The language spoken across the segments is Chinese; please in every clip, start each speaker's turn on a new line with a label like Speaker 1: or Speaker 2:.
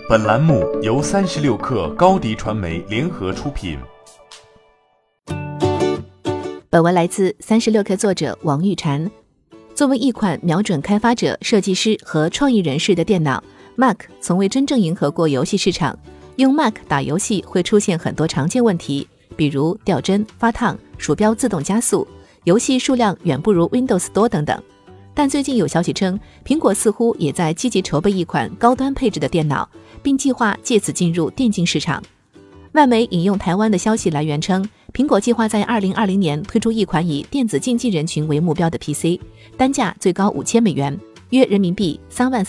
Speaker 1: 本栏目由36氪高迪传媒联合出品。
Speaker 2: 本文来自36氪作者王玉婵。作为一款瞄准开发者、设计师和创意人士的电脑， Mac 从未真正迎合过游戏市场。用 Mac 打游戏会出现很多常见问题，比如掉帧、发烫、鼠标自动加速，游戏数量远不如 Windows 多等等。但最近有消息称，苹果似乎也在积极筹备一款高端配置的电脑，并计划借此进入电竞市场。外媒引用台湾的消息来源称，苹果计划在2020年推出一款以电子竞技人群为目标的 PC， 单价最高5000美元，约人民币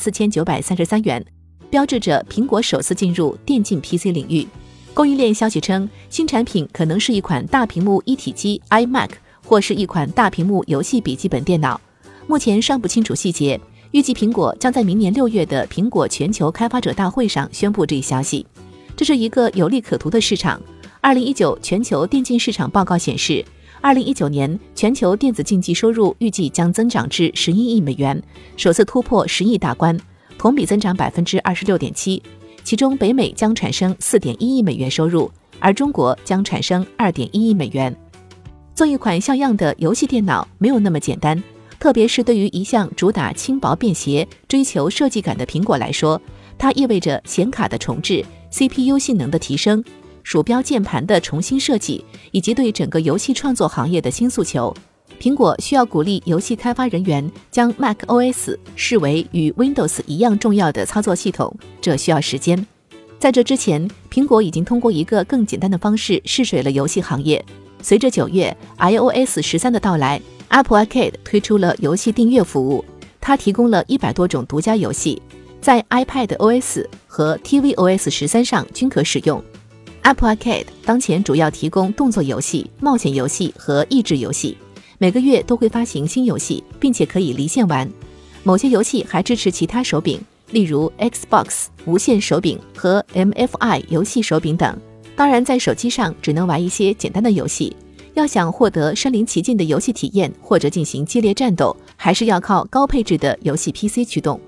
Speaker 2: 34933元，标志着苹果首次进入电竞 PC 领域。供应链消息称，新产品可能是一款大屏幕一体机 iMac， 或是一款大屏幕游戏笔记本电脑。目前尚不清楚细节，预计苹果将在明年6月的苹果全球开发者大会上宣布这一消息。这是一个有利可图的市场。2019全球电竞市场报告显示，2019年全球电子竞技收入预计将增长至11亿美元，首次突破10亿大关，同比增长 26.7%， 其中北美将产生 4.1 亿美元收入，而中国将产生 2.1 亿美元。做一款像样的游戏电脑没有那么简单，特别是对于一向主打轻薄便携、追求设计感的苹果来说，它意味着显卡的重置、CPU 性能的提升、鼠标键盘的重新设计，以及对整个游戏创作行业的新诉求。苹果需要鼓励游戏开发人员将 Mac OS 视为与 Windows 一样重要的操作系统，这需要时间。在这之前，苹果已经通过一个更简单的方式试水了游戏行业。随着9月 iOS 13的到来， Apple Arcade 推出了游戏订阅服务，它提供了100多种独家游戏，在 iPad OS 和 tvOS 13上均可使用。Apple Arcade 当前主要提供动作游戏、冒险游戏和益智游戏，每个月都会发行新游戏，并且可以离线玩。某些游戏还支持其他手柄，例如 Xbox 无线手柄和 MFI 游戏手柄等。当然，在手机上只能玩一些简单的游戏，要想获得身临其境的游戏体验或者进行激烈战斗，还是要靠高配置的游戏 PC 驱动。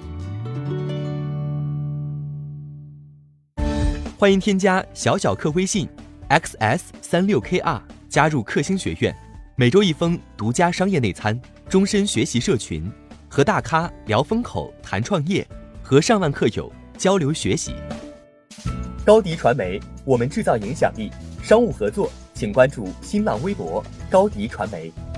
Speaker 3: 欢迎添加小小客微信 XS36KR 加入克星学院，每周1封独家商业内参，终身学习社群，和大咖聊风口谈创业，和上万客友交流学习。高迪传媒，我们制造影响力。商务合作请关注新浪微博高迪传媒。